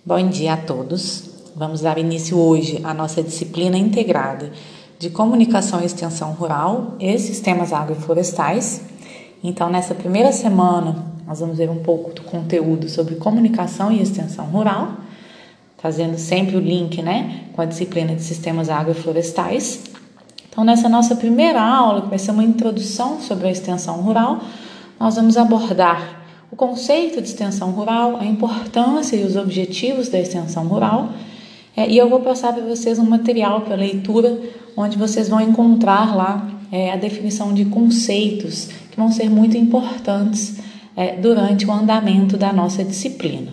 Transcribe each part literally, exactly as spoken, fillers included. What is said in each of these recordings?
Bom dia a todos. Vamos dar início hoje à nossa disciplina integrada de Comunicação e Extensão Rural e Sistemas Agroflorestais. Então, nessa primeira semana, nós vamos ver um pouco do conteúdo sobre Comunicação e Extensão Rural, fazendo sempre o link, né, com a disciplina de Sistemas Agroflorestais. Então, nessa nossa primeira aula, que vai ser uma introdução sobre a extensão rural, nós vamos abordar o conceito de extensão rural, a importância e os objetivos da extensão rural, é, e eu vou passar para vocês um material para leitura, onde vocês vão encontrar lá é, a definição de conceitos que vão ser muito importantes é, durante o andamento da nossa disciplina.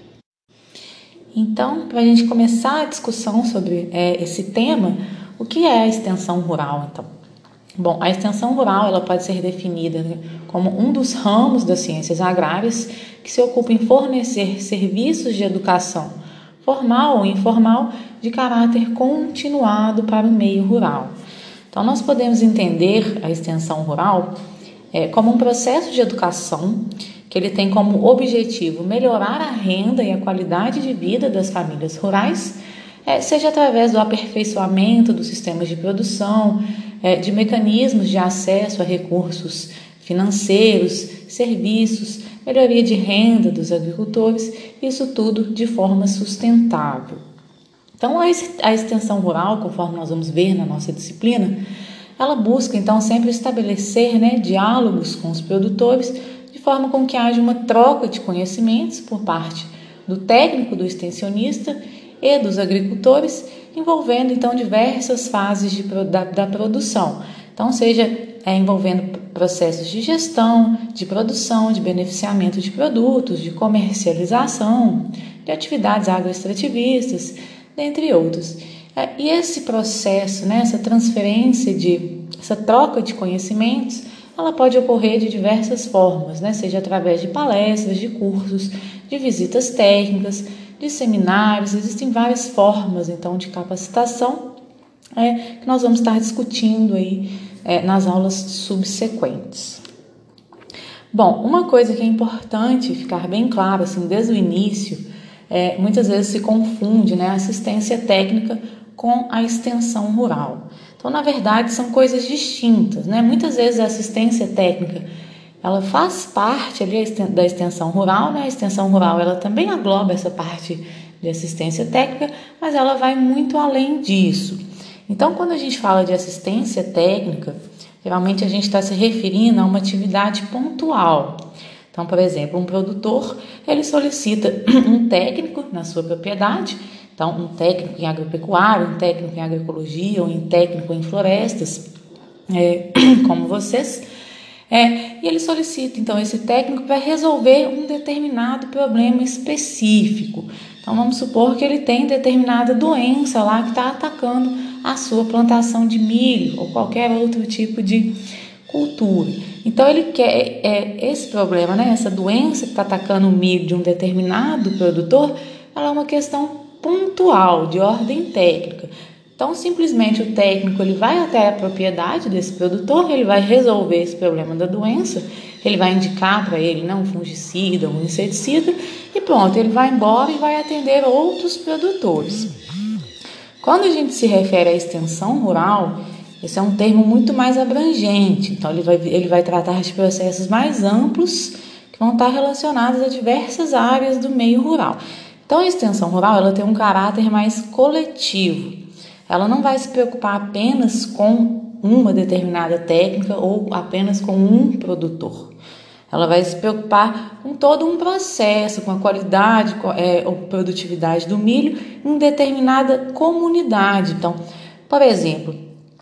Então, para a gente começar a discussão sobre é, esse tema, o que é a extensão rural, então? Bom, a extensão rural ela pode ser definida, né, como um dos ramos das ciências agrárias que se ocupa em fornecer serviços de educação formal ou informal de caráter continuado para o meio rural. Então, nós podemos entender a extensão rural é, como um processo de educação que ele tem como objetivo melhorar a renda e a qualidade de vida das famílias rurais, é, seja através do aperfeiçoamento dos sistemas de produção, é, de mecanismos de acesso a recursos financeiros, serviços, melhoria de renda dos agricultores, isso tudo de forma sustentável. Então, a extensão rural, conforme nós vamos ver na nossa disciplina, ela busca, então, sempre estabelecer né, diálogos com os produtores, de forma com que haja uma troca de conhecimentos por parte do técnico, do extensionista e dos agricultores, envolvendo, então, diversas fases de, da, da produção. Então, seja é, envolvendo processos de gestão, de produção, de beneficiamento de produtos, de comercialização, de atividades agroextrativistas, dentre outros. É, e esse processo, né, essa transferência, de, essa troca de conhecimentos, ela pode ocorrer de diversas formas, né, seja através de palestras, de cursos, de visitas técnicas, de seminários. Existem várias formas, então, de capacitação é, que nós vamos estar discutindo aí é, nas aulas subsequentes. Bom, uma coisa que é importante ficar bem claro, assim, desde o início, é, muitas vezes se confunde, né, a assistência técnica com a extensão rural. Então, na verdade, são coisas distintas, né? Muitas vezes a assistência técnica ela faz parte ali da extensão rural, né? A extensão rural ela também engloba essa parte de assistência técnica, mas ela vai muito além disso. Então, quando a gente fala de assistência técnica, geralmente a gente está se referindo a uma atividade pontual. Então, por exemplo, um produtor ele solicita um técnico na sua propriedade, então um técnico em agropecuária, um técnico em agroecologia ou um técnico em florestas, é, como vocês. É, e ele solicita, então, esse técnico para resolver um determinado problema específico. Então, vamos supor que ele tem determinada doença lá que está atacando a sua plantação de milho ou qualquer outro tipo de cultura. Então, ele quer é, esse problema, né, essa doença que está atacando o milho de um determinado produtor, ela é uma questão pontual, de ordem técnica. Então, simplesmente o técnico ele vai até a propriedade desse produtor, ele vai resolver esse problema da doença, ele vai indicar para ele né, um fungicida, um inseticida e pronto, ele vai embora e vai atender outros produtores. Quando a gente se refere à extensão rural, esse é um termo muito mais abrangente, então ele vai, ele vai tratar de processos mais amplos que vão estar relacionados a diversas áreas do meio rural. Então, a extensão rural ela tem um caráter mais coletivo. Ela não vai se preocupar apenas com uma determinada técnica ou apenas com um produtor. Ela vai se preocupar com todo um processo, com a qualidade é, ou produtividade do milho em determinada comunidade. Então, por exemplo,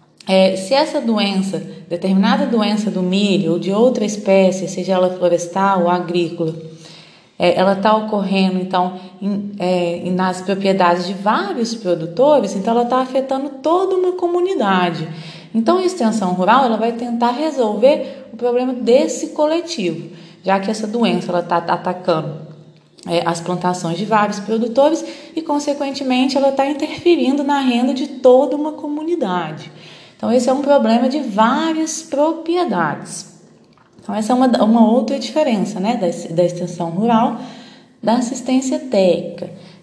é, se essa doença, determinada doença do milho ou de outra espécie, seja ela florestal ou agrícola, É, ela está ocorrendo, então, em, é, nas propriedades de vários produtores, então ela está afetando toda uma comunidade. Então, a extensão rural ela vai tentar resolver o problema desse coletivo, já que essa doença ela está atacando é, as plantações de vários produtores e, consequentemente, ela está interferindo na renda de toda uma comunidade. Então, esse é um problema de várias propriedades. Então, essa é uma, uma outra diferença né, da, da extensão rural da assistência técnica.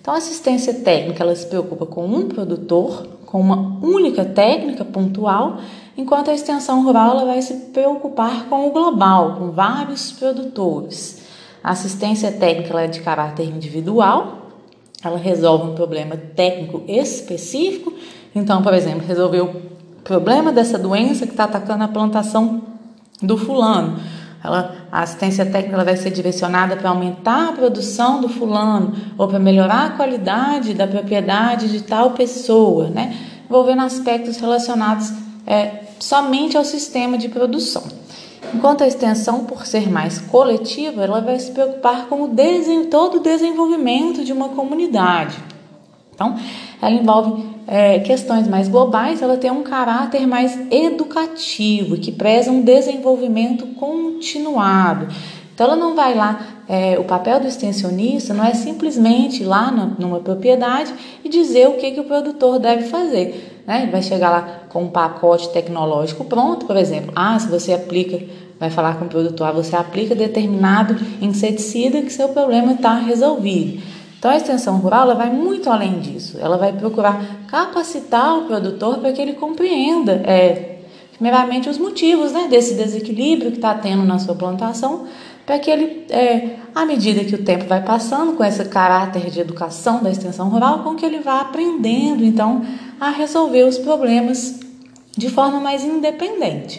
Então, a assistência técnica, ela se preocupa com um produtor, com uma única técnica pontual, enquanto a extensão rural ela vai se preocupar com o global, com vários produtores. A assistência técnica ela é de caráter individual, ela resolve um problema técnico específico. Então, por exemplo, resolveu o problema dessa doença que está atacando a plantação do fulano. Ela, a assistência técnica ela vai ser direcionada para aumentar a produção do fulano ou para melhorar a qualidade da propriedade de tal pessoa, né? Envolvendo aspectos relacionados é, somente ao sistema de produção. Enquanto a extensão, por ser mais coletiva, ela vai se preocupar com o desen- todo o desenvolvimento de uma comunidade. Então, ela envolve é, questões mais globais, ela tem um caráter mais educativo, que preza um desenvolvimento continuado. Então, ela não vai lá, é, o papel do extensionista não é simplesmente ir lá na, numa propriedade e dizer o que, que o produtor deve fazer. Né? Ele vai chegar lá com um pacote tecnológico pronto, por exemplo, ah, se você aplica, vai falar com o produtor, ah, você aplica determinado inseticida que seu problema está resolvido. Então, a extensão rural ela vai muito além disso. Ela vai procurar capacitar o produtor para que ele compreenda, é, primeiramente, os motivos, né, desse desequilíbrio que está tendo na sua plantação, para que ele, é, à medida que o tempo vai passando, com esse caráter de educação da extensão rural, com que ele vá aprendendo, então, a resolver os problemas de forma mais independente.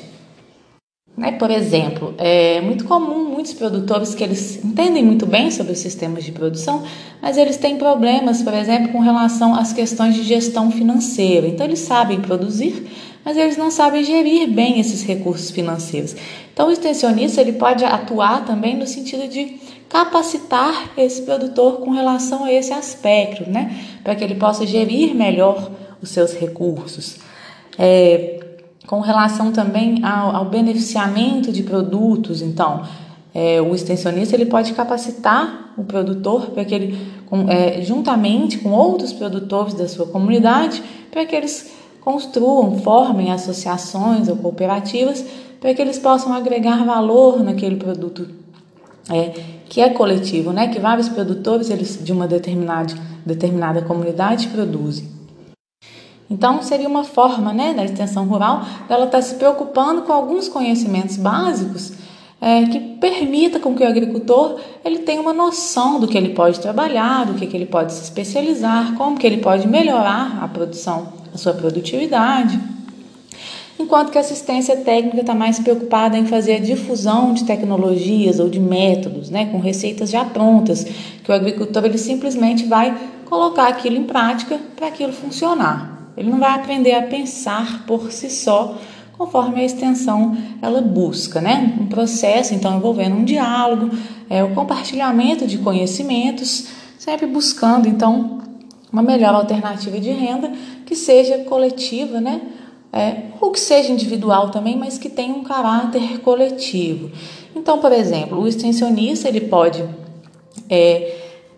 Né? Por exemplo, é muito comum muitos produtores que eles entendem muito bem sobre os sistemas de produção, mas eles têm problemas, por exemplo, com relação às questões de gestão financeira. Então, eles sabem produzir, mas eles não sabem gerir bem esses recursos financeiros. Então, o extensionista ele pode atuar também no sentido de capacitar esse produtor com relação a esse aspecto, né? Para que ele possa gerir melhor os seus recursos. É, com relação também ao, ao beneficiamento de produtos, então, é, o extensionista ele pode capacitar o produtor para que ele, com, é, juntamente com outros produtores da sua comunidade, para que eles construam, formem associações ou cooperativas, para que eles possam agregar valor naquele produto é, que é coletivo, né? Que vários produtores eles, de uma determinada, determinada comunidade produzem. Então, seria uma forma, né, da extensão rural dela estar se preocupando com alguns conhecimentos básicos é, que permita com que o agricultor ele tenha uma noção do que ele pode trabalhar, do que, que ele pode se especializar, como que ele pode melhorar a produção, a sua produtividade. Enquanto que a assistência técnica está mais preocupada em fazer a difusão de tecnologias ou de métodos, né, com receitas já prontas, que o agricultor ele simplesmente vai colocar aquilo em prática para aquilo funcionar. Ele não vai aprender a pensar por si só, conforme a extensão ela busca, né? Um processo, então, envolvendo um diálogo, é, o compartilhamento de conhecimentos, sempre buscando, então, uma melhor alternativa de renda que seja coletiva, né? É, ou que seja individual também, mas que tenha um caráter coletivo. Então, por exemplo, o extensionista ele pode é,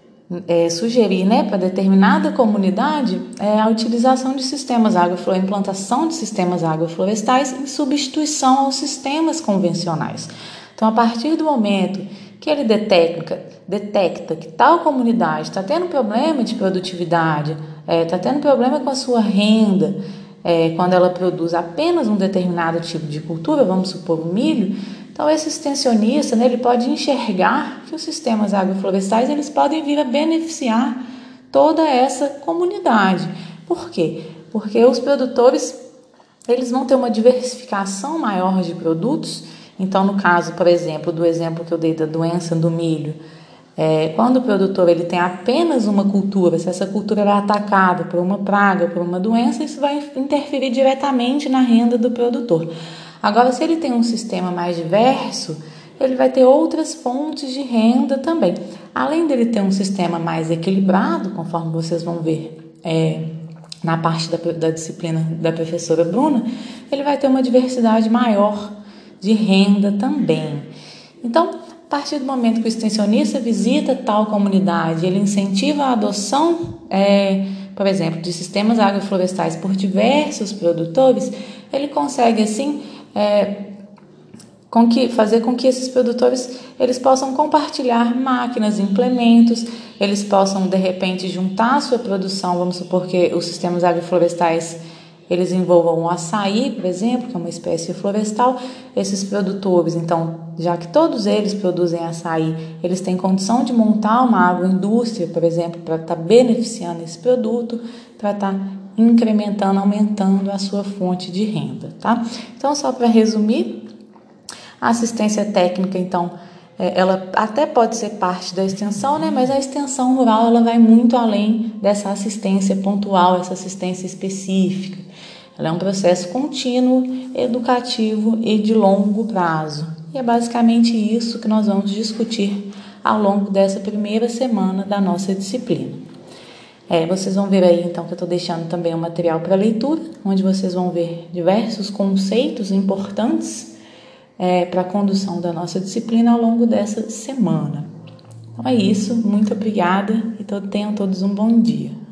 É, sugerir, né, para determinada comunidade é, a utilização de sistemas agroflorestais, a implantação de sistemas agroflorestais em substituição aos sistemas convencionais. Então, a partir do momento que ele detecta, detecta que tal comunidade está tendo problema de produtividade, está é, tendo problema com a sua renda, é, quando ela produz apenas um determinado tipo de cultura, vamos supor o milho, então esse extensionista, né, ele pode enxergar que os sistemas agroflorestais eles podem vir a beneficiar toda essa comunidade. Por quê? Porque os produtores eles vão ter uma diversificação maior de produtos. Então, no caso, por exemplo, do exemplo que eu dei da doença do milho, é, quando o produtor ele tem apenas uma cultura, se essa cultura é atacada por uma praga, por uma doença, isso vai interferir diretamente na renda do produtor. Agora, se ele tem um sistema mais diverso, ele vai ter outras fontes de renda também. Além dele ter um sistema mais equilibrado, conforme vocês vão ver é, na parte da, da disciplina da professora Bruna, ele vai ter uma diversidade maior de renda também. Então, a partir do momento que o extensionista visita tal comunidade, ele incentiva a adoção, é, por exemplo, de sistemas agroflorestais por diversos produtores, ele consegue, assim, É, com que, fazer com que esses produtores eles possam compartilhar máquinas, implementos, eles possam de repente juntar a sua produção, vamos supor que os sistemas agroflorestais eles envolvam o açaí, por exemplo, que é uma espécie florestal. Esses produtores, então, já que todos eles produzem açaí, eles têm condição de montar uma agroindústria, por exemplo, para estar tá beneficiando esse produto, para estar tá incrementando, aumentando a sua fonte de renda, tá? Então, só para resumir, a assistência técnica, então, ela até pode ser parte da extensão, né? Mas a extensão rural ela vai muito além dessa assistência pontual, essa assistência específica. Ela é um processo contínuo, educativo e de longo prazo. E é basicamente isso que nós vamos discutir ao longo dessa primeira semana da nossa disciplina. É, vocês vão ver aí, então, que eu estou deixando também um material para leitura, onde vocês vão ver diversos conceitos importantes É, para a condução da nossa disciplina ao longo dessa semana. Então é isso, muito obrigada e tenham todos um bom dia.